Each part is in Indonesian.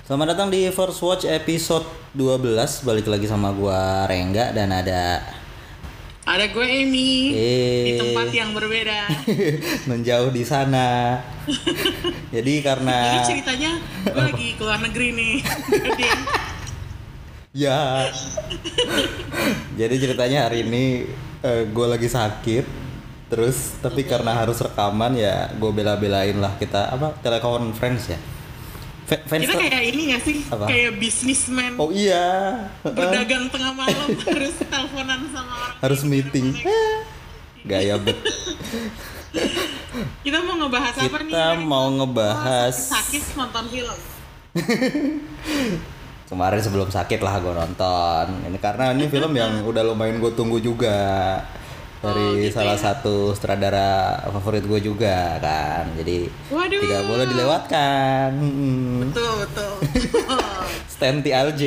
Selamat datang di First Watch episode 12. Balik lagi sama gua Rengga dan ada gue Amy di tempat yang berbeda. menjauh di sana. Jadi karena Jadi ceritanya gue lagi keluar negeri nih. Jadi ya. Jadi ceritanya hari ini gue lagi sakit. Terus tapi karena harus rekaman ya gue bela-belain lah kita telekonferensi ya. kita kayak ini nggak sih? Apa? Kayak bisnismen Oh iya. berdagang tengah malam harus teleponan sama orang. Harus meeting. Gaya bet. Kita mau ngebahas apa nih? Kita mau ngebahas sakit nonton film. Kemarin sebelum sakit lah gue nonton. Ini karena ini film yang udah lumayan gue tunggu juga dari gitu salah ya? satu sutradara favorit gue juga kan. Jadi Waduh. tidak boleh dilewatkan. Betul. Stanley LJ.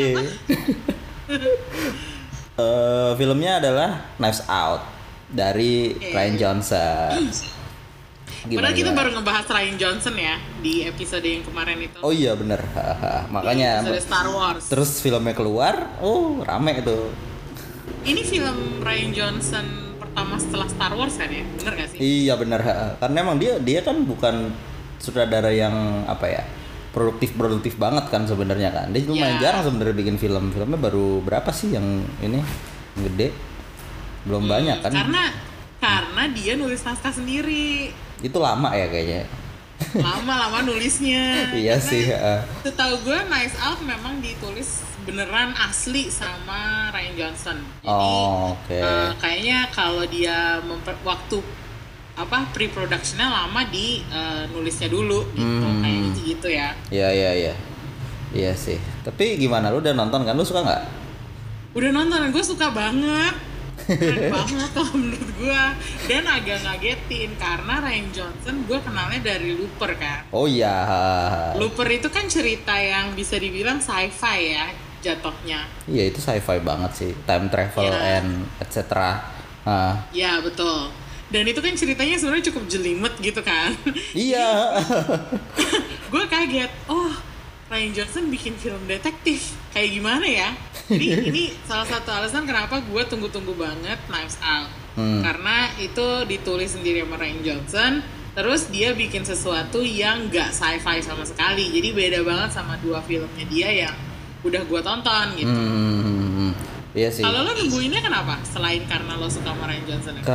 Filmnya adalah Knives Out dari Rian Johnson. Padahal kita gimana? baru ngebahas Rian Johnson ya di episode yang kemarin itu. Oh iya bener. Makanya Episode Star Wars. terus filmnya keluar, rame itu. Ini film Rian Johnson pertama setelah Star Wars kan ya? Bener gak sih? Iya benar, karena emang dia kan bukan sutradara yang produktif banget kan sebenarnya kan. Dia lumayan jarang sebenarnya bikin film. Filmnya baru berapa sih yang ini yang gede? Belum banyak kan? Karena dia nulis naskah sendiri. Itu lama ya kayaknya. Lama nulisnya. Iya Karena sih. Setahu gue Knives Out memang ditulis beneran asli sama Rian Johnson. Jadi Oke. kayaknya kalau dia waktu pre-productionnya lama di nulisnya dulu gitu. Kayaknya gitu ya. Iya. Iya sih. Tapi gimana, lu udah nonton kan? Lu suka nggak? Udah nonton, gue suka banget. Keren banget kalau menurut gue. Dan agak ngagetin karena Rian Johnson gue kenalnya dari Looper kan. Oh iya. Looper itu kan cerita yang bisa dibilang sci-fi ya jatuhnya. Iya itu sci-fi banget sih. Time travel and etc. Ya betul. Dan itu kan ceritanya sebenarnya cukup jelimet gitu kan. Iya. Gue kaget. Oh, Rian Johnson bikin film detektif. Kayak gimana ya? Jadi ini salah satu alasan kenapa gue tunggu-tunggu banget Knives Out. Karena itu ditulis sendiri sama Rian Johnson. Terus dia bikin sesuatu yang gak sci-fi sama sekali. Jadi beda banget sama dua filmnya dia yang udah gue tonton gitu. Iya sih. Kalau lo nungguinnya kenapa? Selain karena lo suka sama Rian Johnson ya?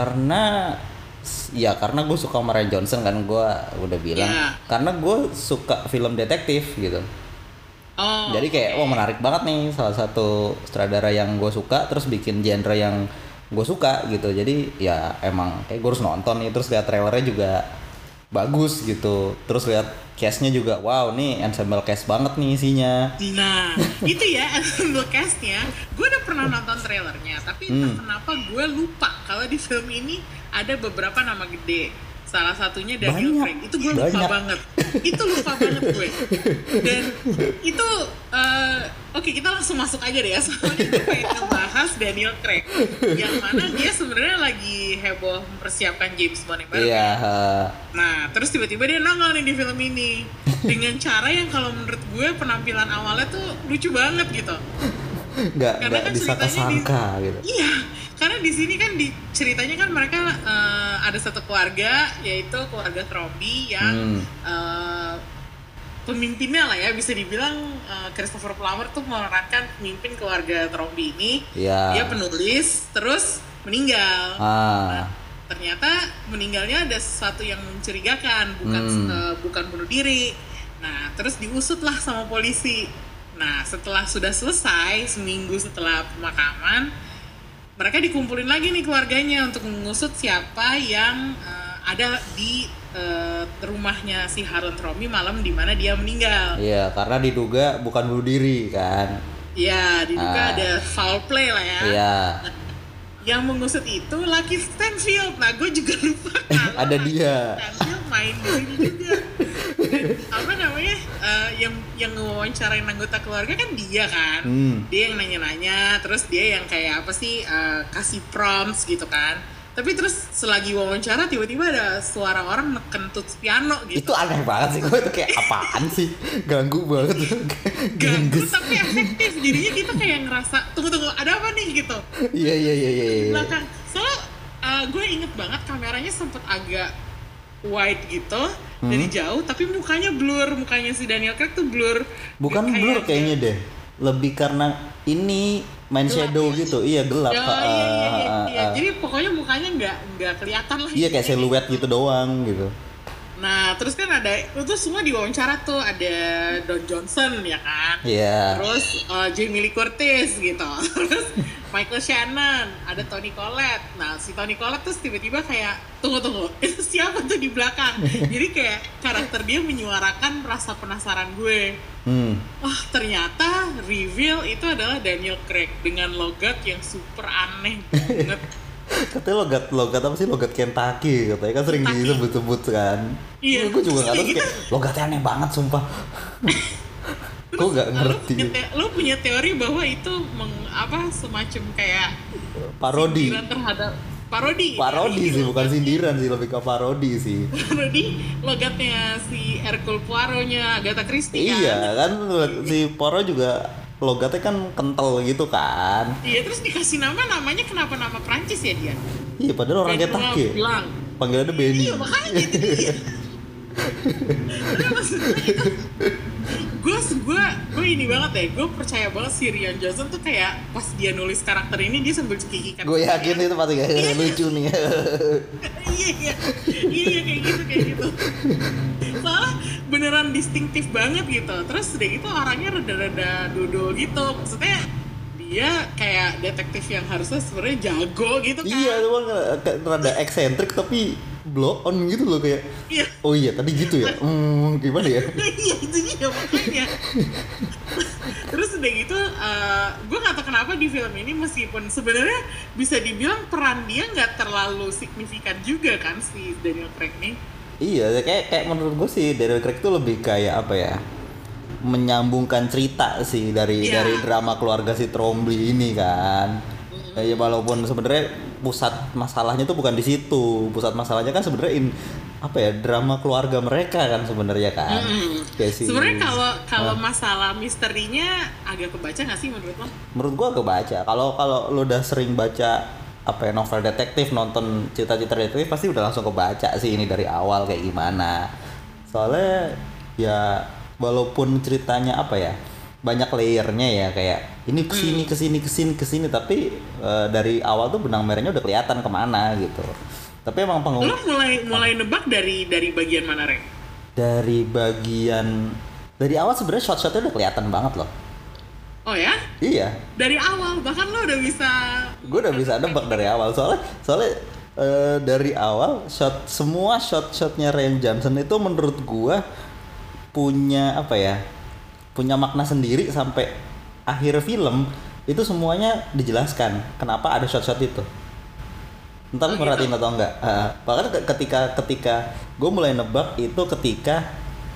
Karena gue suka sama Rian Johnson kan, gue udah bilang. Yeah. Karena gue suka film detektif gitu. Oh, jadi kayak menarik banget nih, salah satu sutradara yang gue suka terus bikin genre yang gue suka gitu. Jadi ya emang kayak gue harus nonton nih. Terus lihat trailernya juga bagus gitu. Terus lihat cast-nya juga, wow nih ensemble cast banget nih isinya. Nah, itu ya ensemble cast-nya. Gue udah pernah nonton trailernya, tapi entah kenapa gue lupa kalau di film ini ada beberapa nama gede. Salah satunya Daniel Craig. Itu gue lupa banget. Gue. Dan itu oke, kita langsung masuk aja deh ya. Soalnya gue pengen ngebahas Daniel Craig. Yang mana dia sebenarnya lagi heboh mempersiapkan James Bond yang baru. Iya. Nah, terus tiba-tiba dia nongol nih di film ini dengan cara yang kalau menurut gue penampilan awalnya tuh lucu banget gitu. Nggak kan disangka-sangka gitu. Iya, karena di sini kan ceritanya kan mereka ada satu keluarga, yaitu keluarga Trombi yang pemimpinnya lah ya, bisa dibilang Christopher Plummer tuh memerankan pemimpin keluarga Trombi ini. Yeah. Dia penulis, terus meninggal. Nah, ternyata meninggalnya ada sesuatu yang mencurigakan, bukan bunuh diri. Nah, terus diusut lah sama polisi. Nah, setelah sudah selesai, seminggu setelah pemakaman, mereka dikumpulin lagi nih keluarganya untuk mengusut siapa yang ada di rumahnya si Harold Romy malam di mana dia meninggal. Iya, karena diduga bukan bunuh diri kan. Iya, diduga ada foul play lah ya. Iya. Nah, yang mengusut itu Lucky Stanfield. Nah, gue juga lupa ada dia. Stanfield main di sini juga. Yang ngewawancarain anggota keluarga kan dia kan. Dia yang nanya-nanya, terus dia yang kayak apa sih kasih prompts gitu kan. Tapi terus selagi wawancara tiba-tiba ada suara orang neken tuts piano gitu. Itu aneh banget sih, gue tuh kayak apaan sih, ganggu banget. Ganggu tapi efektif, jadinya kita kayak ngerasa tunggu ada apa nih gitu. Iya. Di belakang, soalnya gue inget banget kameranya sempet agak wide gitu dari jauh, tapi mukanya blur, mukanya si Daniel Craig tuh blur. Bukan blur kayaknya deh, lebih karena ini main gelap, shadow ya? Gitu, iya gelap. Iya. Jadi pokoknya mukanya nggak kelihatan lah. Iya kayak siluet gitu doang gitu. Nah terus kan ada itu semua diwawancara tuh, ada Don Johnson ya kan. Iya. Yeah. Terus Jamie Lee Curtis gitu. Terus Michael Shannon, ada Toni Collette. Nah si Toni Collette terus tiba-tiba kayak tunggu itu siapa tuh di belakang. Jadi kayak karakter dia menyuarakan rasa penasaran gue. Wah ternyata reveal itu adalah Daniel Craig dengan logat yang super aneh banget. Katanya logat apa sih, logat Kentucky katanya kan sering disebut-sebut kan. Iya. Gue juga nggak tahu kayak logatnya aneh banget sumpah. Gue nggak ngerti. Lo punya teori bahwa itu semacam kayak parodi terhadap parodi sih, bukan sindiran sih, lebih ke parodi sih. Parodi logatnya si Hercule Poirot-nya Agatha Christie kan. Iya kan, si Poirot juga logatnya kan kental gitu kan. Iya, terus dikasih namanya kenapa nama Prancis ya dia? Iya, padahal orang Kentucky. Panggilannya Benny. Iya, makanya gitu dia. Gue ini banget deh, gue percaya banget si Rian Johnson tuh kayak pas dia nulis karakter ini dia sambil cekikikan. Gue yakin itu pasti gak lucu nih. Iya kayak gitu. Soalnya beneran distintif banget gitu. Terus udah gitu orangnya rada-rada dodol gitu. Maksudnya dia kayak detektif yang harusnya sebenarnya jago gitu kan. Iya, cuma rada eksentrik tapi blow on gitu loh kayak. Iya. Oh iya, tadi gitu ya. Gimana ya? Iya, itu juga makanya. Terus udah gitu, gue nggak tahu kenapa di film ini meskipun sebenarnya bisa dibilang peran dia nggak terlalu signifikan juga kan si Daniel Craig nih. Iya, kayak menurut gue sih Daniel Craig tuh lebih kayak apa ya? Menyambungkan cerita sih dari drama keluarga si Trombley ini kan. Ya walaupun sebenarnya pusat masalahnya tuh bukan di situ. Pusat masalahnya kan sebenarnya drama keluarga mereka kan sebenarnya kan. Sebenarnya kalau masalah misterinya agak kebaca nggak sih menurut lo? Menurut gua kebaca. Kalau lo udah sering baca novel detektif, nonton cerita-cerita detektif pasti udah langsung kebaca sih ini dari awal kayak gimana. Soalnya ya walaupun ceritanya banyak layernya ya, kayak ini kesini tapi dari awal tuh benang merahnya udah kelihatan kemana gitu. Tapi emang lo mulai nebak dari bagian mana, Rek? Dari awal sebenarnya shot-shotnya udah kelihatan banget loh. Oh ya? Iya. Dari awal bahkan lo udah bisa. Gue udah bisa nebak dari awal soalnya dari awal semua shot-shotnya Rian Johnson itu menurut gue punya punya makna sendiri sampai akhir film itu semuanya dijelaskan kenapa ada shot-shot itu. Entah lu merhatiin atau enggak. Bahkan ketika gue mulai nebak itu ketika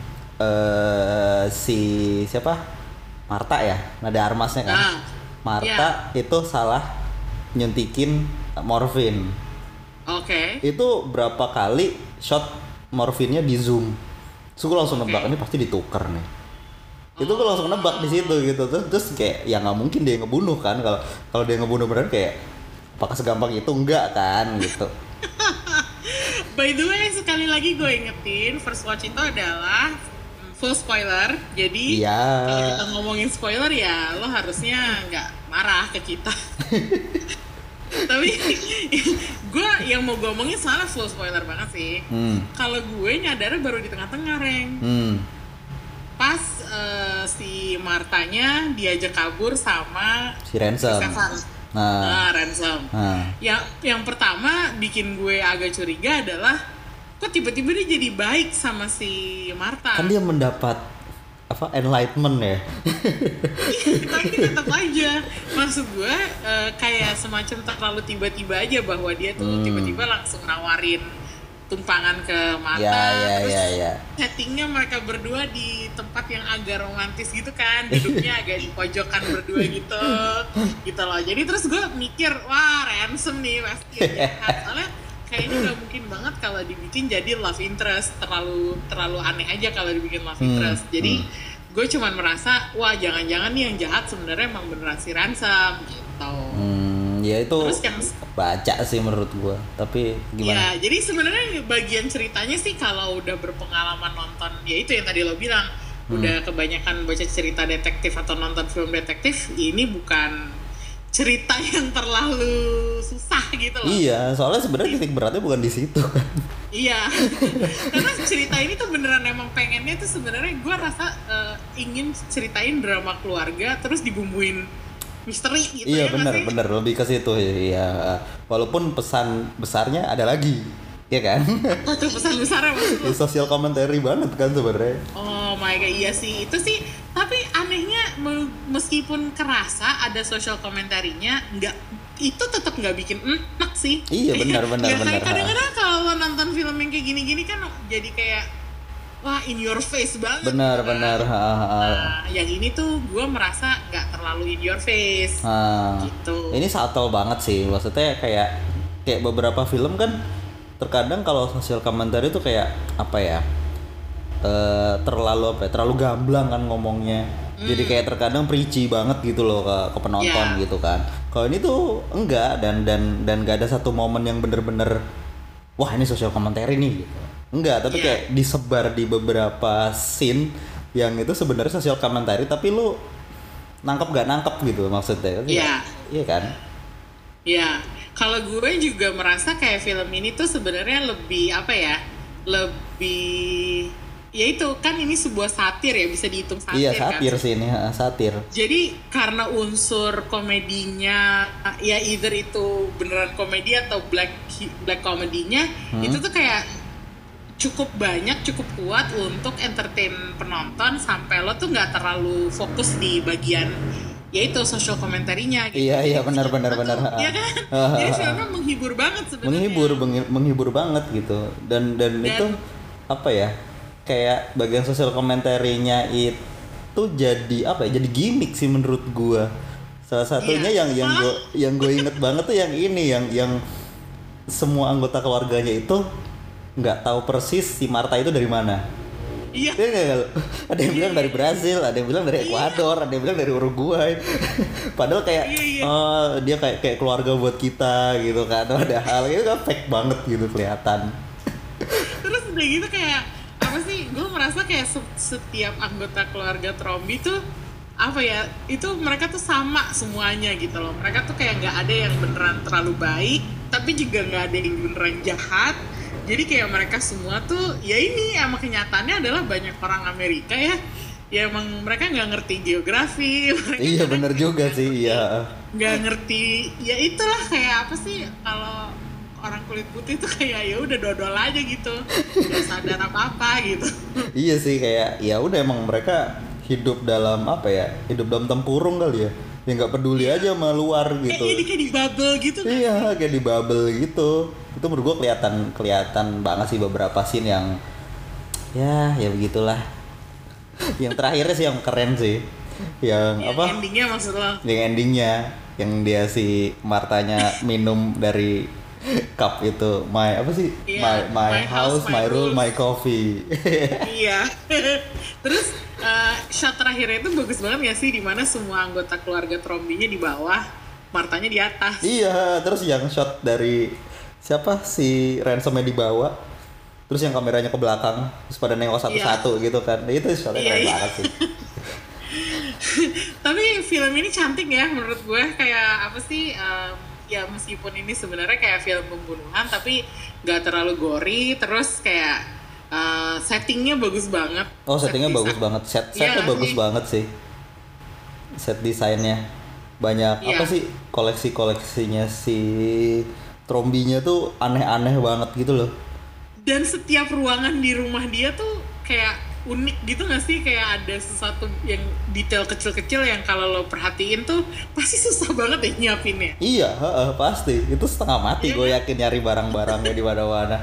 si siapa? Martha ya, nada Armasnya kan. Martha itu salah nyuntikin morfin. Oke. Itu berapa kali shot morfinnya di zoom. So gue langsung nebak ini pasti ditukar nih. Itu gue langsung nebak di situ gitu. Terus kayak ya nggak mungkin dia ngebunuh kan, kalau dia ngebunuh beneran kayak apakah segampang itu, enggak kan gitu. By the way, sekali lagi gue ingetin First Watch itu adalah full spoiler. Jadi kalau kita ngomongin spoiler ya lo harusnya nggak marah ke kita. Tapi gue yang mau gue omongin soalnya full spoiler banget sih. Kalau gue nyadarnya baru di tengah-tengah, Reng. Pas si Martanya diajak kabur sama si Ransom. Ransom. Yang pertama bikin gue agak curiga adalah kok tiba-tiba dia jadi baik sama si Martha. Kan dia mendapat enlightenment ya. Tapi tetap aja maksud gue kayak semacam terlalu tiba-tiba aja bahwa dia tuh tiba-tiba langsung nawarin tumpangan ke Martha. Terus settingnya mereka berdua di tempat yang agak romantis gitu kan, duduknya agak di pojokan berdua gitu loh. Jadi terus gue mikir wah Ransom nih pasti jahat. Soalnya kayaknya nggak mungkin banget kalau dibikin jadi love interest, terlalu aneh aja kalau dibikin love interest. Jadi gue cuman merasa wah jangan-jangan nih yang jahat sebenarnya emang beneran si Ransom gitu. Ya itu terus yang baca sih menurut gue, tapi gimana? Ya jadi sebenarnya bagian ceritanya sih kalau udah berpengalaman nonton, ya itu yang tadi lo bilang, udah kebanyakan baca cerita detektif atau nonton film detektif, ini bukan cerita yang terlalu susah gitu loh. Iya, soalnya sebenarnya titik beratnya bukan di situ kan. Iya, karena cerita ini tuh beneran emang pengennya tuh sebenarnya gue rasa ingin ceritain drama keluarga terus dibumbuin misteri gitu. Iya, ya bener lebih ke situ ya. Walaupun pesan besarnya ada lagi, ya kan? Apa tuh pesan besarnya maksud lo? Social commentary banget kan sebenarnya. Oh my god, iya sih, itu sih. Tapi anehnya meskipun kerasa ada social commentary-nya, itu tetap nggak bikin enak sih. Iya benar. Kayak kadang-kadang kalau nonton film yang kayak gini-gini kan jadi kayak wah in your face banget. Benar. Nah, yang ini tuh gue merasa nggak terlalu in your face. Gitu. Ini subtle banget sih, maksudnya kayak beberapa film kan terkadang kalau social commentary itu kayak apa ya? Terlalu gamblang kan ngomongnya. Jadi kayak terkadang preachy banget gitu loh ke penonton gitu kan. Kalau ini tuh enggak dan enggak ada satu momen yang bener-bener wah ini social commentary nih gitu. Enggak, tapi kayak disebar di beberapa scene yang itu sebenarnya social commentary tapi lu nangkep gak nangkep gitu maksudnya. Iya kan? Iya. Kalau gue juga merasa kayak film ini tuh sebenarnya lebih apa ya? Lebih ya itu kan ini sebuah satir ya, bisa dihitung satir. Iya, satir kan? Sih ini satir. Jadi karena unsur komedinya ya either itu beneran komedi atau black komedinya itu tuh kayak cukup banyak, cukup kuat untuk entertain penonton sampai lo tuh nggak terlalu fokus di bagian yaitu social commentary-nya gitu. Iya benar. Iya kan? Jadi filmnya menghibur banget sebenarnya. Menghibur banget gitu. Dan itu apa ya? Kayak bagian social commentary-nya itu jadi apa ya? Jadi gimmick sih menurut gua. Salah satunya yang gue inget banget tuh yang ini yang semua anggota keluarganya itu nggak tahu persis si Martha itu dari mana. Iya. Ada yang bilang dari Brazil, ada yang bilang dari Ekuador, ada yang bilang dari Uruguay. Padahal kayak dia kayak keluarga buat kita gitu kan. Padahal itu kan fake banget gitu kelihatan. Terus udah gitu kayak apa sih? Gue merasa kayak setiap anggota keluarga Trombi tuh apa ya? Itu mereka tuh sama semuanya gitu loh. Mereka tuh kayak nggak ada yang beneran terlalu baik, tapi juga nggak ada yang beneran jahat. Jadi kayak mereka semua tuh ya ini emang kenyataannya adalah banyak orang Amerika ya emang mereka nggak ngerti geografi. Iya benar juga sih ya. Nggak ngerti ya itulah kayak apa sih kalau orang kulit putih tuh kayak ya udah dodol aja gitu, nggak sadar apa gitu. Iya sih kayak ya udah emang mereka hidup dalam apa ya, hidup dalam tempurung kali ya. Ya nggak peduli aja sama luar gitu. Kayak di bubble gitu kan? Iya kayak di bubble gitu. Itu menurut gue kelihatan banget sih beberapa scene yang ya begitulah. Yang terakhirnya sih yang keren sih. Yang apa? Endingnya maksud lo? Yang endingnya yang dia si Martanya minum dari cup itu my house my rule my coffee. Iya. Terus shot terakhirnya itu bagus banget gak sih, dimana semua anggota keluarga Trombinya di bawah, Martanya di atas. Iya, terus yang shot dari siapa si Ransomnya di bawah, terus yang kameranya ke belakang, terus pada nengok satu-satu gitu kan, itu shotnya keren banget sih. Tapi film ini cantik ya menurut gue, kayak apa sih? Ya meskipun ini sebenarnya kayak film pembunuhan, tapi nggak terlalu gory, terus kayak settingnya bagus banget. Oh settingnya bagus banget, setnya bagus banget sih, set desainnya banyak apa sih koleksinya si Trombinya tuh aneh-aneh banget gitu loh. Dan setiap ruangan di rumah dia tuh kayak unik gitu nggak sih, kayak ada sesuatu yang detail kecil-kecil yang kalau lo perhatiin tuh pasti susah banget ya nyiapinnya. Iya, pasti itu setengah mati gue yakin nyari barang-barangnya di mana-mana.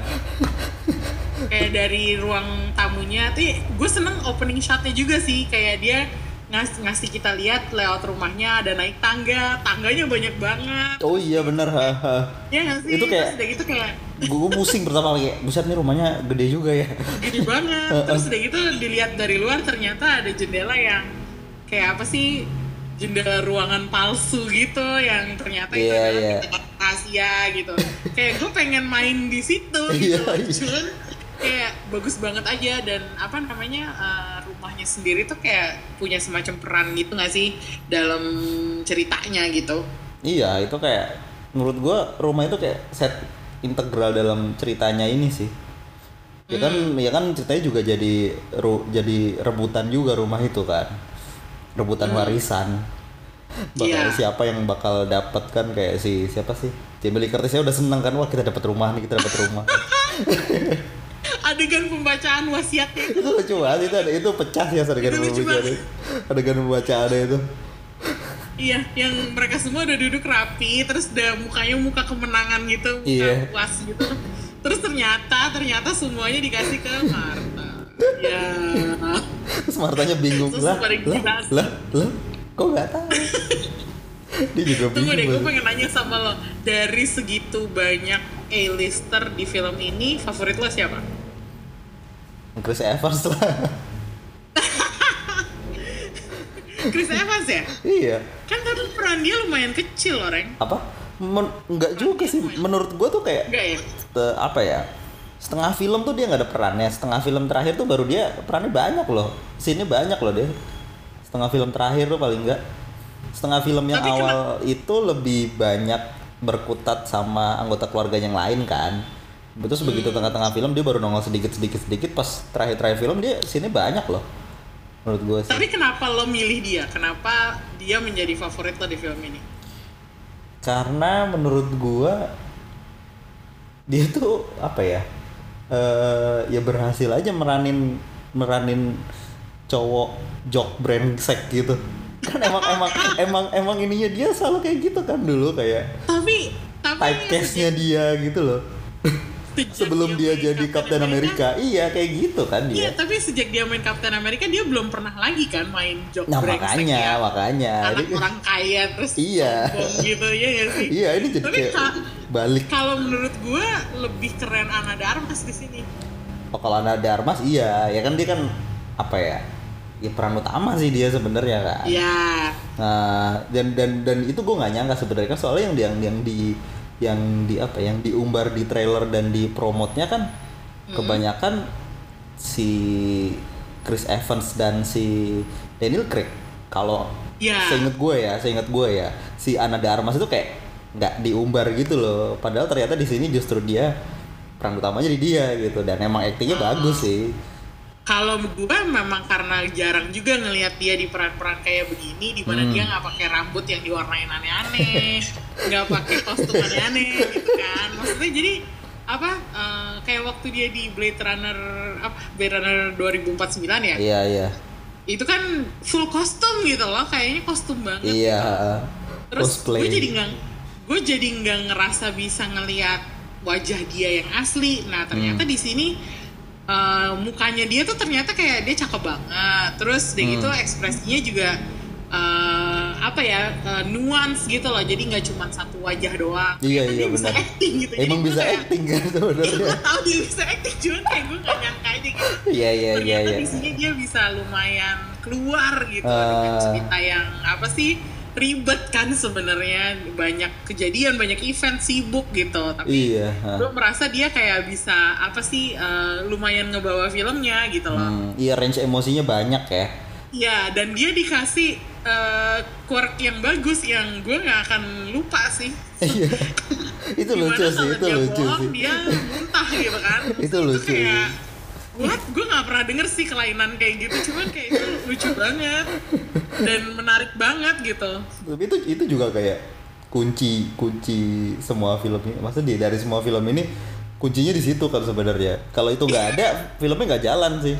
Kayak dari ruang tamunya tuh gue seneng opening shotnya juga sih, kayak dia ngasih kita lihat lewat rumahnya ada naik tangganya banyak banget. Oh iya bener, Iya nggak sih? Itu kayak, terus udah gitu kayak gue pusing pertama kayak, buset nih rumahnya gede juga ya. gede banget. Terus udah gitu dilihat dari luar ternyata ada jendela yang kayak apa sih, jendela ruangan palsu gitu yang ternyata itu adalah rahasia gitu. Kayak gue pengen main di situ gitu. Cuman kayak bagus banget aja, dan apa namanya, rumahnya sendiri tuh kayak punya semacam peran gitu nggak sih dalam ceritanya gitu. Iya, itu kayak menurut gue rumah itu kayak set integral dalam ceritanya ini sih. Ya kan ceritanya juga jadi rebutan juga rumah itu kan, rebutan warisan. Bakal siapa yang bakal dapat kan, kayak siapa sih, Jamie Lee Curtisnya udah seneng kan, wah kita dapat rumah nih, kita dapat rumah. Adegan pembacaan wasiatnya itu lucu banget, itu pecah sih adegan pembacaannya itu. Iya, yang mereka semua udah duduk rapi, terus udah muka kemenangan gitu, muka puas gitu. Terus ternyata semuanya dikasih ke Martha. Ya. Terus Martanya bingung lah, kok nggak tahu? Dia juga bingung. Tunggu deh, gue pengen nanya sama lo, dari segitu banyak A-lister di film ini, favorit lo siapa? Chris Evans lah. Chris Evans ya? Iya. Kan tapi peran dia lumayan kecil loh, Reng. Apa? Enggak juga sih. Menurut gue tuh kayak ya? Apa ya? Setengah film tuh dia nggak ada perannya. Setengah film terakhir tuh baru dia perannya banyak loh. Scene-nya banyak loh dia. Setengah film terakhir tuh paling enggak. Setengah film yang tapi awal itu lebih banyak berkutat sama anggota keluarga yang lain kan. Terus begitu tengah-tengah film dia baru nongol sedikit, pas terakhir film dia scene-nya banyak loh. Menurut gue sih. Tapi kenapa lo milih dia? Kenapa dia menjadi favorit lo di film ini? Karena menurut gue dia tuh apa ya? Ya berhasil aja meranin cowok jok brengsek gitu. Kan emang ininya dia selalu kayak gitu kan dulu kayak. Tapi typecast-nya dia gitu loh. Sebelum dia jadi Captain America, iya kayak gitu kan dia. Iya, tapi sejak dia main Captain America dia belum pernah lagi kan main joke brengsek. Nah makanya. Anak orang kaya terus sombong gitu ya nggak sih? Iya, ini jadi tapi kayak balik. Kalau menurut gue lebih keren Ana de Armas di sini. Oh, kalau Ana de Armas iya, ya kan dia kan apa ya? Ya peran utama sih dia sebenarnya kan. Iya. Nah, dan itu gue nggak nyangka sebenarnya kan, soalnya yang diumbar di trailer dan di promotnya kan kebanyakan si Chris Evans dan si Daniel Craig. Kalau seingat gue ya si Ana de Armas itu kayak nggak diumbar gitu loh, padahal ternyata di sini justru dia peran utamanya di dia gitu, dan emang aktingnya bagus sih. Kalau gue memang karena jarang juga ngelihat dia di peran-peran kayak begini, di mana dia nggak pakai rambut yang diwarnain aneh-aneh, nggak pakai kostum aneh-aneh gitu kan. Maksudnya jadi apa? Kayak waktu dia di Blade Runner 2049 ya? Iya. Itu kan full kostum gitu loh, kayaknya kostum banget. Iya. Gitu. Terus gue jadi nggak ngerasa bisa ngelihat wajah dia yang asli. Nah ternyata di sini mukanya dia tuh ternyata kayak dia cakep banget, terus gitu ekspresinya juga nuance gitu loh, jadi nggak cuma satu wajah doang. Iya dia benar. Bisa acting gitu. Emang jadi bisa acting kan sebenarnya. Gue tahu dia bisa acting, cuman kayak gue nggak nyangka aja gitu. Iya. Ternyata di sini dia bisa lumayan keluar gitu dengan cerita yang apa sih, ribet kan sebenarnya, banyak kejadian, banyak event, sibuk gitu, tapi gue merasa dia kayak bisa apa sih lumayan ngebawa filmnya gitu loh. Iya, range emosinya banyak ya. Iya, dan dia dikasih quirk yang bagus yang gue nggak akan lupa sih. Iya. Itu lucu sih, itu lucu sih. Dia muntah gitu kan. Itu lucu. Kayak gue nggak pernah denger sih kelainan kayak gitu, cuman kayak itu lucu banget dan menarik banget gitu. Tapi itu juga kayak kunci semua film ini. Maksudnya dari semua film ini kuncinya di situ kan sebenarnya. Kalau itu nggak ada, filmnya nggak jalan sih.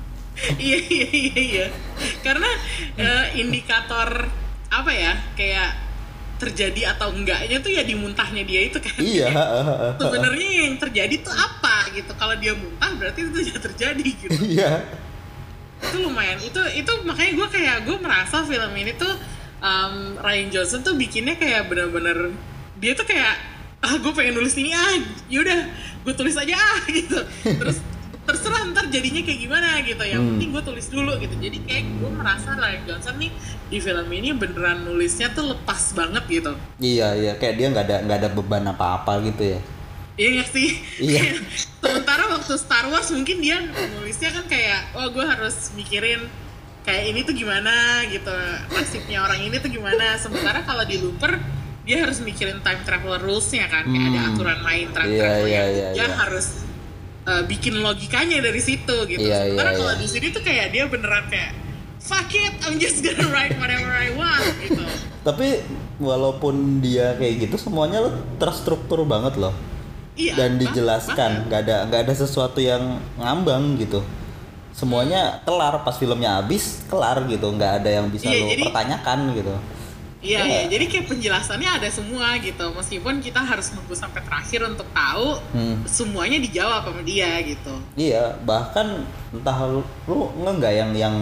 Iya. Karena indikator apa ya, kayak terjadi atau enggaknya tuh ya di muntahnya dia itu kan. Iya. Sebenarnya yang terjadi tuh apa gitu. Kalau dia muntah berarti itu sudah terjadi gitu. Iya. Itu lumayan, itu makanya gue merasa film ini tuh Rian Johnson tuh bikinnya kayak bener-bener dia tuh kayak gue pengen nulis ini yaudah gue tulis aja gitu, terus terserah ntar jadinya kayak gimana gitu, yang penting gue tulis dulu gitu. Jadi kayak gue merasa Rian Johnson nih di film ini beneran nulisnya tuh lepas banget gitu. Iya kayak dia nggak ada beban apa-apa gitu ya. Iya gak sih? Iya. Sementara waktu Star Wars mungkin dia nulisnya kan kayak gue harus mikirin kayak ini tuh gimana gitu, nasibnya orang ini tuh gimana. Sementara kalau di Looper dia harus mikirin time travel rules-nya kan, kayak ada aturan main time travel dia harus bikin logikanya dari situ gitu. Sementara kalau di sini tuh kayak dia beneran kayak fuck it, I'm just gonna write whatever I want gitu. Tapi walaupun dia kayak gitu semuanya lo terstruktur banget loh. Iya, dan dijelaskan, nggak ada sesuatu yang ngambang gitu. Semuanya kelar pas filmnya habis, kelar gitu, nggak ada yang bisa lo pertanyakan gitu. Iya, jadi kayak penjelasannya ada semua gitu, meskipun kita harus nunggu sampai terakhir untuk tahu semuanya dijawab sama dia gitu. Iya, bahkan entah lu nggak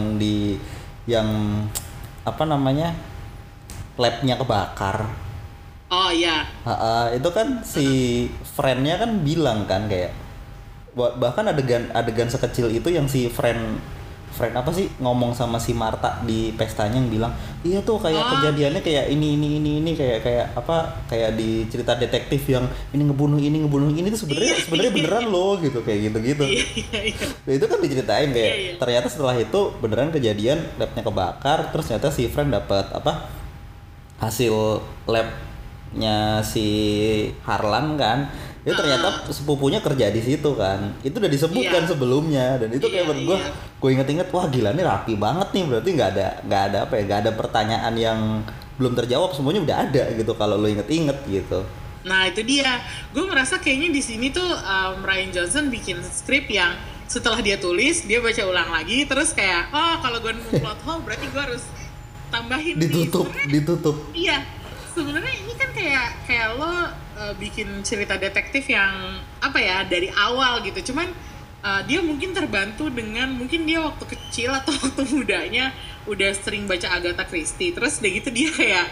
yang apa namanya, labnya kebakar. Oh iya. Itu kan si friend-nya kan bilang kan kayak bahkan adegan sekecil itu yang si friend apa sih ngomong sama si Martha di pestanya yang bilang iya tuh kayak kejadiannya kayak ini kayak apa kayak di cerita detektif yang ini ngebunuh ini tuh sebenarnya beneran loh gitu kayak gitu. Nah, itu kan diceritain kayak ternyata setelah itu beneran kejadian labnya kebakar, terus ternyata si friend dapat apa hasil labnya si Harlan kan, itu ternyata sepupunya kerja di situ kan, itu udah disebutkan sebelumnya, dan itu kayak menurut gue inget-inget wah gila nih rapi banget nih, berarti nggak ada pertanyaan yang belum terjawab, semuanya udah ada gitu kalau lo inget-inget gitu. Nah itu dia, gue merasa kayaknya di sini tuh Rian Johnson bikin skrip yang setelah dia tulis dia baca ulang lagi, terus kayak kalau gue nemu plot hole berarti gue harus tambahin ditutup. Iya, sebenarnya ini kan kayak lo bikin cerita detektif yang apa ya dari awal gitu, cuman dia mungkin terbantu dengan mungkin dia waktu kecil atau waktu mudanya udah sering baca Agatha Christie, terus udah gitu dia kayak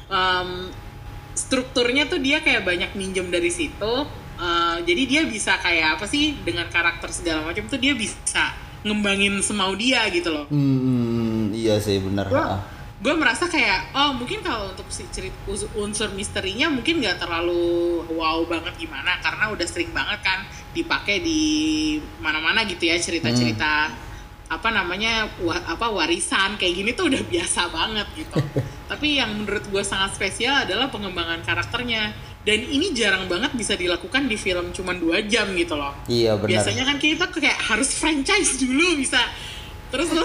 strukturnya tuh dia kayak banyak minjem dari situ, jadi dia bisa kayak apa sih dengan karakter segala macam tuh dia bisa ngembangin semau dia gitu loh. Iya sih benar. Gue merasa kayak mungkin kalau untuk si unsur misterinya mungkin nggak terlalu wow banget gimana, karena udah sering banget kan dipakai di mana-mana gitu ya, cerita-cerita apa namanya warisan kayak gini tuh udah biasa banget gitu. Tapi yang menurut gue sangat spesial adalah pengembangan karakternya, dan ini jarang banget bisa dilakukan di film cuman 2 jam gitu loh. Iya benar. Biasanya kan kita kayak harus franchise dulu bisa, terus lo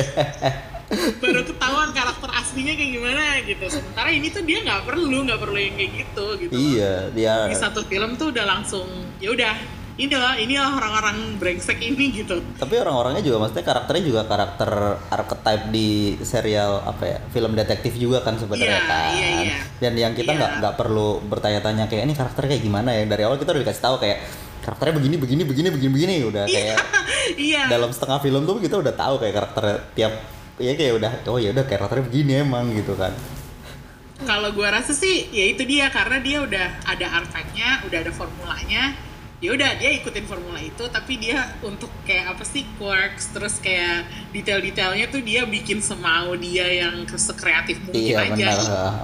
baru ketahuan karakter aslinya kayak gimana gitu. Sementara ini tuh dia nggak perlu yang kayak gitu. Iya, dia di satu film tuh udah langsung ya udah inilah orang-orang brengsek ini gitu. Tapi orang-orangnya juga maksudnya karakternya juga karakter archetype di serial apa ya, film detektif juga kan sebenarnya kan. Iya. Dan yang kita nggak perlu bertanya-tanya kayak ini karakternya kayak gimana ya, dari awal kita udah dikasih tahu kayak karakternya begini udah kayak dalam setengah film tuh kita udah tahu kayak karakter tiap kayak udah karakternya begini emang gitu kan. Kalau gue rasa sih ya itu dia, karena dia udah ada artanya, udah ada formulanya, ya udah dia ikutin formula itu, tapi dia untuk kayak apa sih quirks, terus kayak detail-detailnya tuh dia bikin semau dia yang sekreatif mungkin aja. Benar.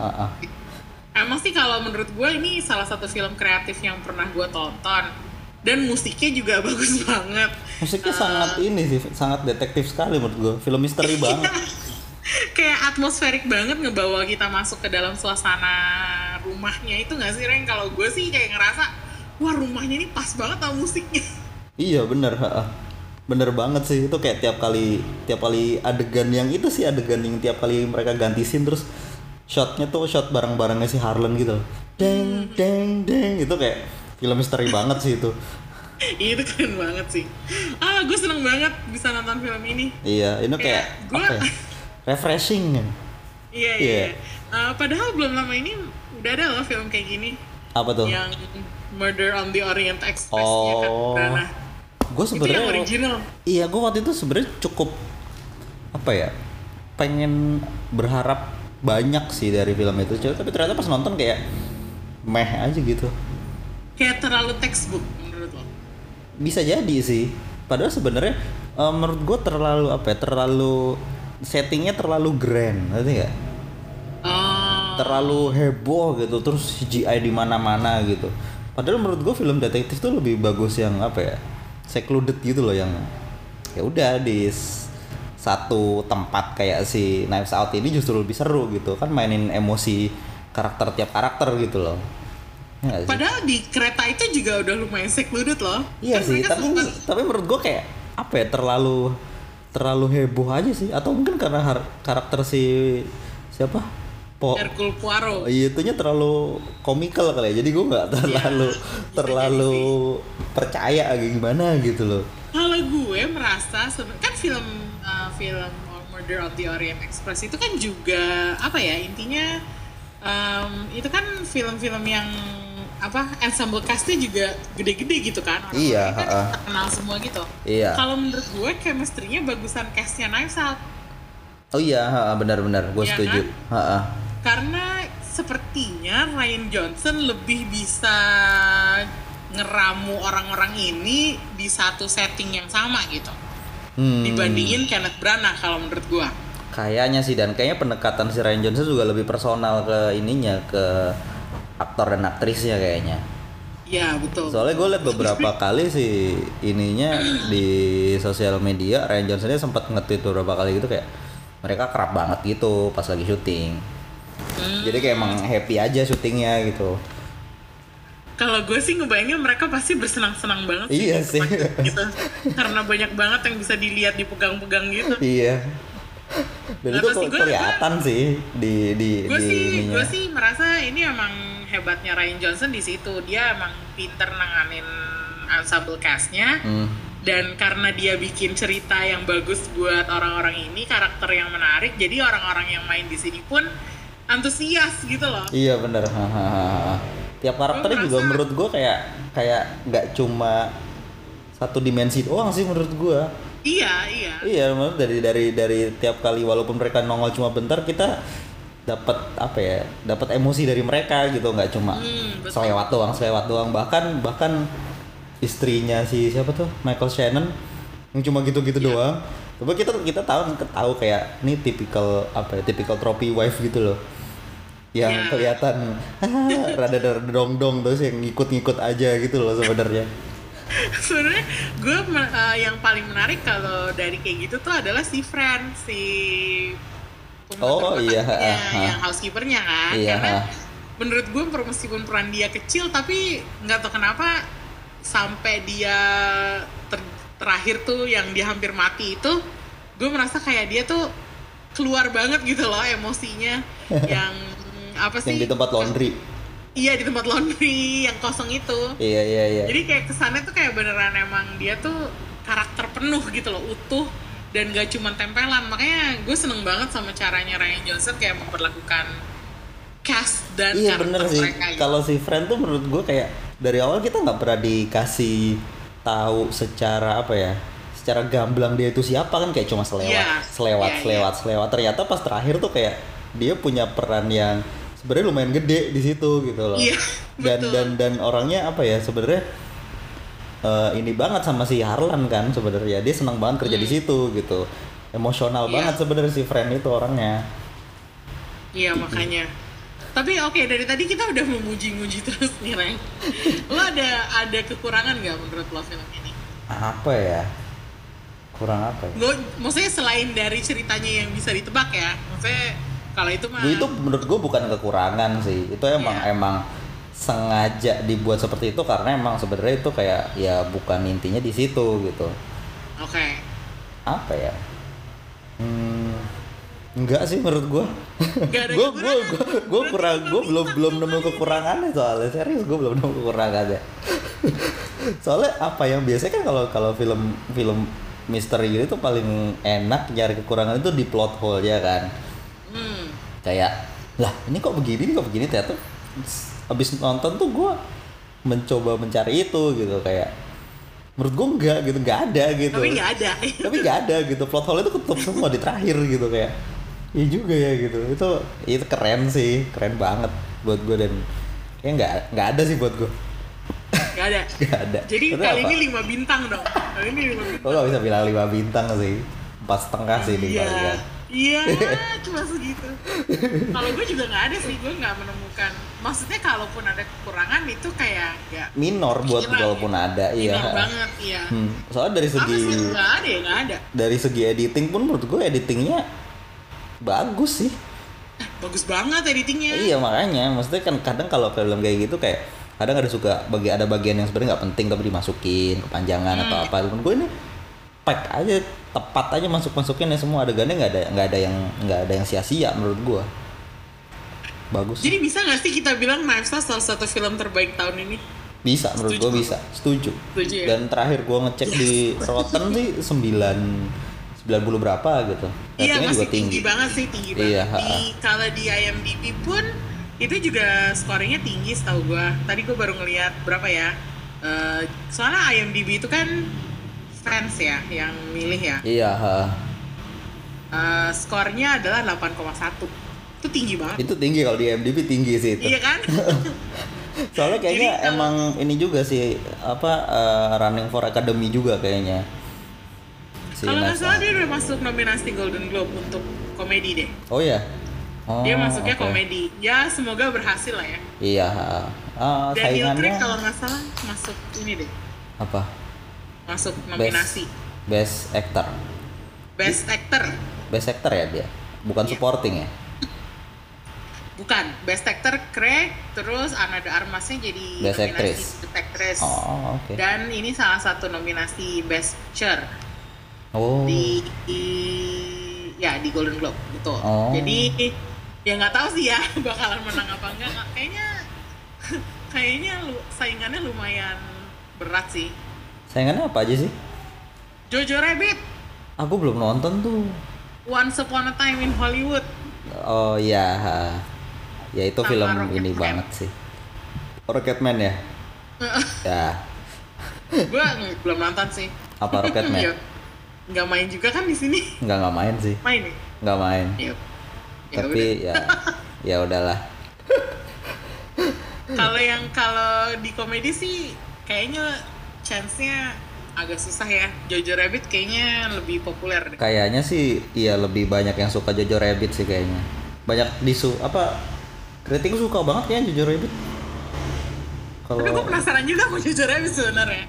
Emang sih kalau menurut gue ini salah satu film kreatif yang pernah gue tonton, dan musiknya juga bagus banget. Musiknya sangat detektif sekali menurut gue, film misteri banget. Kayak atmosferik banget, ngebawa kita masuk ke dalam suasana rumahnya itu nggak sih Ren? Kalau gue sih kayak ngerasa wah rumahnya ini pas banget sama musiknya. Iya bener banget sih, itu kayak tiap kali adegan yang tiap kali mereka ganti scene, terus shotnya tuh shot bareng-barengnya si Harlan gitu, deng itu kayak film misteri banget sih itu. Itu keren banget sih. Gue seneng banget bisa nonton film ini. Iya, ini kayak apa ya? Refreshing kan. Iya. Padahal belum lama ini udah ada loh film kayak gini. Apa tuh? Yang Murder on the Orient Express-nya kan. Gue sebenarnya original. Iya, gue waktu itu sebenarnya cukup apa ya, pengen berharap banyak sih dari film itu, tapi ternyata pas nonton kayak meh aja gitu. Kayak terlalu textbook menurut lo? Bisa jadi sih. Padahal sebenarnya menurut gue terlalu apa ya, terlalu settingnya terlalu grand, ngerti nggak? Terlalu heboh gitu, terus CGI di mana-mana gitu. Padahal menurut gue film detektif tuh lebih bagus yang apa ya, secluded gitu loh, yang ya udah di satu tempat kayak si Knives Out ini justru lebih seru gitu kan, mainin emosi karakter tiap karakter gitu loh. Ya, padahal di kereta itu juga udah lumayan secluded loh. Iya kan sih, tapi menurut gue kayak apa ya, terlalu heboh aja sih, atau mungkin karena karakter si siapa? Hercule Poirot. Iya, itunya terlalu komikal kali ya. Jadi gue nggak terlalu percaya gimana gitu loh. Kalau gue merasa kan film Murder of the Orient Express itu kan juga apa ya, intinya itu kan film-film yang apa, ensemble castnya juga gede-gede gitu kan, orang-orang kan terkenal semua gitu. Iya. Kalau menurut gue chemistry-nya bagusan castnya Knives Out. Oh iya, benar-benar gue setuju. Kan? Karena sepertinya Rian Johnson lebih bisa ngeramu orang-orang ini di satu setting yang sama gitu, dibandingin Kenneth Branagh kalau menurut gua. Kayaknya sih, dan kayaknya pendekatan si Rian Johnson juga lebih personal ke ininya, ke aktor dan aktrisnya kayaknya. Ya betul. Soalnya gue liat beberapa kali sih ininya di sosial media, Rian Johnsonnya sempat nge-tweet beberapa kali gitu kayak mereka kerap banget gitu pas lagi syuting. Jadi kayak emang happy aja syutingnya gitu. Kalau gue sih ngebayangin mereka pasti bersenang-senang banget sih. Iya sih. Gitu. Karena banyak banget yang bisa dilihat, dipegang-pegang gitu. Iya. Dan itu kelihatan sih di ininya. Gue sih merasa ini emang hebatnya Rian Johnson di situ. Dia emang pinter nanganin ensemble cast-nya. Dan karena dia bikin cerita yang bagus buat orang-orang ini, karakter yang menarik, jadi orang-orang yang main di sini pun antusias gitu loh. Iya benar. Tiap karakternya juga menurut gue kayak nggak cuma satu dimensi doang sih menurut gue. Iya, menurut dari tiap kali walaupun mereka nongol cuma bentar, kita dapat apa ya, dapat emosi dari mereka gitu, nggak cuma selewat doang. Bahkan istrinya si siapa tuh, Michael Shannon, yang cuma gitu-gitu doang. Coba kita tahu kayak ini tipikal trophy wife gitu loh. Yang kelihatan rada dong terus yang ngikut-ngikut aja gitu loh sebenarnya. Sebenarnya gue yang paling menarik kalau dari kayak gitu tuh adalah si Fran, yang housekeepernya kan. Karena menurut gue meskipun peran dia kecil, tapi nggak tahu kenapa sampai dia terakhir tuh yang dia hampir mati itu, gue merasa kayak dia tuh keluar banget gitu loh emosinya. Yang apa sih, yang di tempat laundry. Iya, di tempat laundry yang kosong itu. Iya. Jadi kayak kesannya tuh kayak beneran emang dia tuh karakter penuh gitu loh, utuh dan gak cuma tempelan. Makanya gue seneng banget sama caranya Rian Johnson kayak memperlakukan cast dan karakter mereka gitu. Kalau si Friend tuh menurut gue kayak dari awal kita nggak pernah dikasih tahu secara apa ya, secara gamblang dia itu siapa kan, kayak cuma selewat. Ternyata pas terakhir tuh kayak dia punya peran yang sebenarnya lumayan gede di situ gitu loh. Iya, dan orangnya apa ya sebenarnya ini banget sama si Harlan kan sebenarnya, dia senang banget kerja di situ gitu, emosional banget sebenarnya si Friend itu orangnya. Iya makanya. Tapi oke, dari tadi kita udah memuji-muji terus nih, Reng. Lo ada kekurangan nggak menurut lo film ini? Apa ya? Kurang apa ya? Maksudnya selain dari ceritanya yang bisa ditebak ya, maksudnya kalau itu mah. Itu menurut gue bukan kekurangan sih. Itu emang sengaja dibuat seperti itu karena emang sebenarnya itu kayak ya bukan intinya di situ gitu. Oke. Apa ya? Enggak sih menurut gue. Gue belum nemu kekurangannya soalnya, serius gue belum nemu kekurangannya. Soalnya apa yang biasanya kan kalau film misteri gitu tuh paling enak nyari kekurangan itu di plot hole ya kan. Kayak lah ini kok begini ternyata abis nonton tuh gue mencoba mencari itu gitu, kayak Menurut gue enggak gitu, enggak ada gitu. Tapi nggak ada gitu, plot hole itu ketutup semua di terakhir gitu kayak. Iya juga ya gitu. Itu keren sih, keren banget buat gue dan kayak nggak ada sih buat gue. Nggak ada. Nggak ada. Jadi itu kali apa? ini 5 bintang dong. Kali ini 5 bintang. Gue nggak bisa bilang 5 bintang sih, 4,5 sih dibalikan. Iya, cuma segitu. Kalau gue juga nggak ada sih, gue nggak menemukan. Maksudnya kalaupun ada kekurangan itu kayak nggak Minor buat walaupun ada, iya. Minor banget, iya. Soalnya dari segi nggak ada. Dari segi editing pun menurut gue editingnya bagus sih. Bagus banget editingnya. Iya makanya, maksudnya kan kadang kalau film kayak gitu kayak kadang ada bagian yang sebenarnya nggak penting tapi dimasukin kepanjangan atau apa. Menurut gue ini pack aja, tepat aja masukin ya semua adegannya, nggak ada yang sia-sia menurut gua. Bagus. Jadi bisa nggak sih kita bilang Knives Out salah satu film terbaik tahun ini? Bisa, menurut gua bisa. Setuju ya? Dan terakhir gua ngecek di Rotten sih 90 berapa gitu. Iya, masih tinggi banget sih, tinggi iya, banget. Kalau di IMDb pun itu juga scoringnya tinggi setahu gua. Tadi gua baru ngeliat berapa ya. Soalnya IMDb itu kan fans ya yang milih ya. Iya. Skornya adalah 8,1. Itu tinggi banget. Itu tinggi, kalau di IMDb tinggi sih itu. Iya kan? Soalnya kayaknya jadi, emang ini juga sih Running for Academy juga kayaknya. Kalau nggak salah dia udah masuk nominasi Golden Globe untuk komedi deh. Oh ya. Dia masuknya komedi. Ya semoga berhasil lah ya. Iya. Daniel Craig kalau nggak salah masuk ini deh. Apa? Masuk nominasi Best Actor ya dia, bukan supporting ya? Bukan, Best Actor Craig, terus Ana de Armasnya jadi Best nominasi Best Actress. Oh, okay. Dan ini salah satu nominasi Best Picture di Golden Globe gitu. Jadi ya nggak tahu sih ya bakalan menang apa enggak. Kayaknya saingannya lumayan berat sih. Saingannya apa aja sih? Jojo Rabbit. Aku belum nonton tuh. Once Upon a Time in Hollywood. Oh iya. Ya itu film ini banget sih. Rocketman ya? Ya. Gue belum nonton sih. Apa Rocketman? Nggak main juga kan di sini? Nggak main sih. Main ya? Nggak main. Yep. Tapi ya udahlah. Kalau di komedi sih kayaknya chance-nya agak susah ya. Jojo Rabbit kayaknya lebih populer deh. Kayaknya sih iya, lebih banyak yang suka Jojo Rabbit sih kayaknya. Banyak kritik suka banget kayaknya Jojo Rabbit. Tapi gue penasaran juga sama Jojo Rabbit sebenarnya.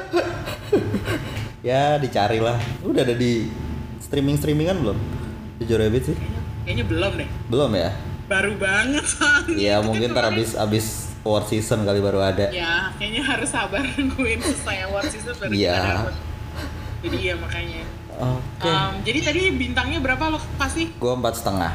Ya dicarilah. Udah ada di streamingan belum? Jojo Rabbit sih? Kayaknya belum deh. Belum ya? Baru banget soalnya. Iya mungkin ntar abis award season kali baru ada. Ya kayaknya harus sabar nungguin selesai award season baru kita dapat. Jadi ya makanya. Oke. Jadi tadi bintangnya berapa lo kasih? Gue 4,5.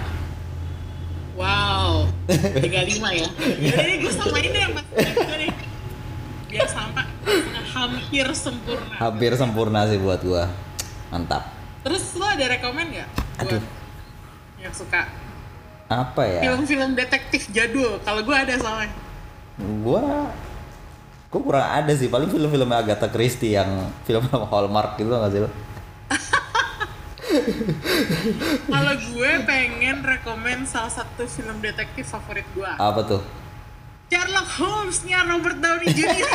Wow, 35 ya. Jadi gue samain deh 4,5 deh. Biar sampai hampir sempurna. Hampir sempurna sih buat gue. Mantap. Terus lo ada rekomen nggak? Aduh. Yang suka apa ya? Film-film detektif jadul. Kalau gue ada soalnya. Gue kurang ada sih. Paling film-film Agatha Christie yang film-film Hallmark gitu nggak sih lo? Kalau gue pengen rekomen salah satu film detektif favorit gue. Apa tuh? Sherlock Holmes-nya Robert Downey Jr.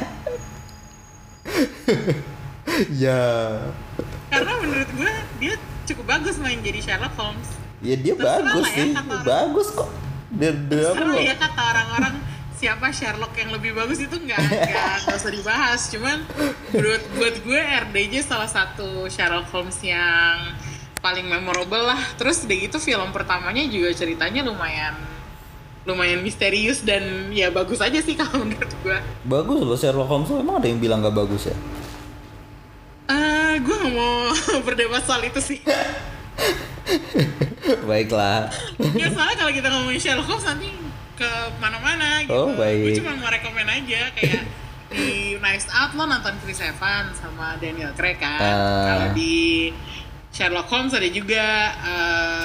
Ya. Karena menurut gue dia cukup bagus main jadi Sherlock Holmes. Ya dia bagus sih, bagus kok. Terserah ya kata orang-orang siapa Sherlock yang lebih bagus itu nggak usah dibahas. Cuman buat gue RDJ salah satu Sherlock Holmes yang paling memorable lah. Terus udah gitu film pertamanya juga ceritanya lumayan misterius dan ya bagus aja sih kalau menurut gue. Bagus loh Sherlock Holmes, emang ada yang bilang nggak bagus ya? Gue nggak mau berdebat soal itu sih. Baiklah. Ya soalnya kalau kita ngomongin Sherlock Holmes nanti ke mana-mana gitu. Oh, baik. Gue cuma mau rekomen aja kayak di Knives Out lo nonton Chris Evans sama Daniel Craig kan. Kalau di Sherlock Holmes ada juga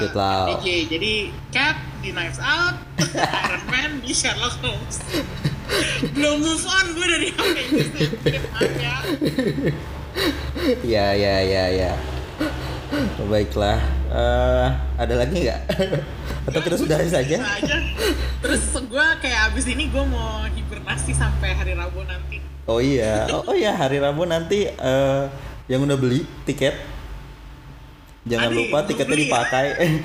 DJ. Jadi Cat di Knives Out, Iron Man di Sherlock Holmes. Belum move on gue dari Avengers Endgame, ya. Ya. Baiklah. Ada lagi nggak? Atau kita sudahi saja? Aja. Terus gue kayak abis ini gue mau hibernasi sampai hari Rabu nanti. Oh iya, hari Rabu nanti yang udah beli tiket jangan lupa tiketnya dipakai.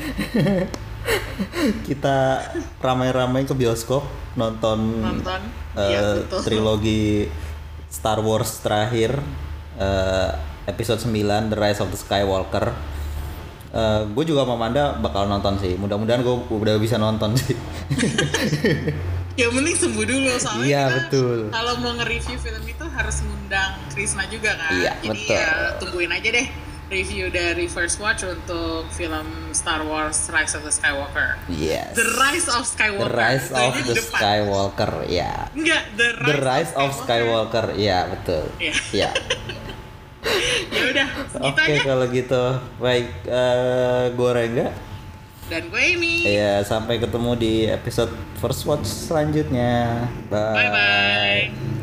Kita ramai-ramai ke bioskop nonton ya, trilogi Star Wars terakhir, episode 9 The Rise of the Skywalker. Gue juga sama Amanda bakal nonton sih. Mudah-mudahan gue udah bisa nonton sih. Yang penting sembuh dulu, soalnya iya, kita betul. Kalau mau nge-review film itu harus ngundang Krisna juga kan. Iya, jadi betul. Ya tungguin aja deh review dari First Watch untuk film Star Wars Rise of the Skywalker. Yes. The Rise of Skywalker. The Rise of the Skywalker, ya. Enggak, The Rise of Skywalker, ya betul. Iya. Ya udah, segitu Oke, aja. kalau gitu. Baik, gue Rengga. Dan gue Amy. Ya, sampai ketemu di episode First Watch selanjutnya. Bye. Bye-bye.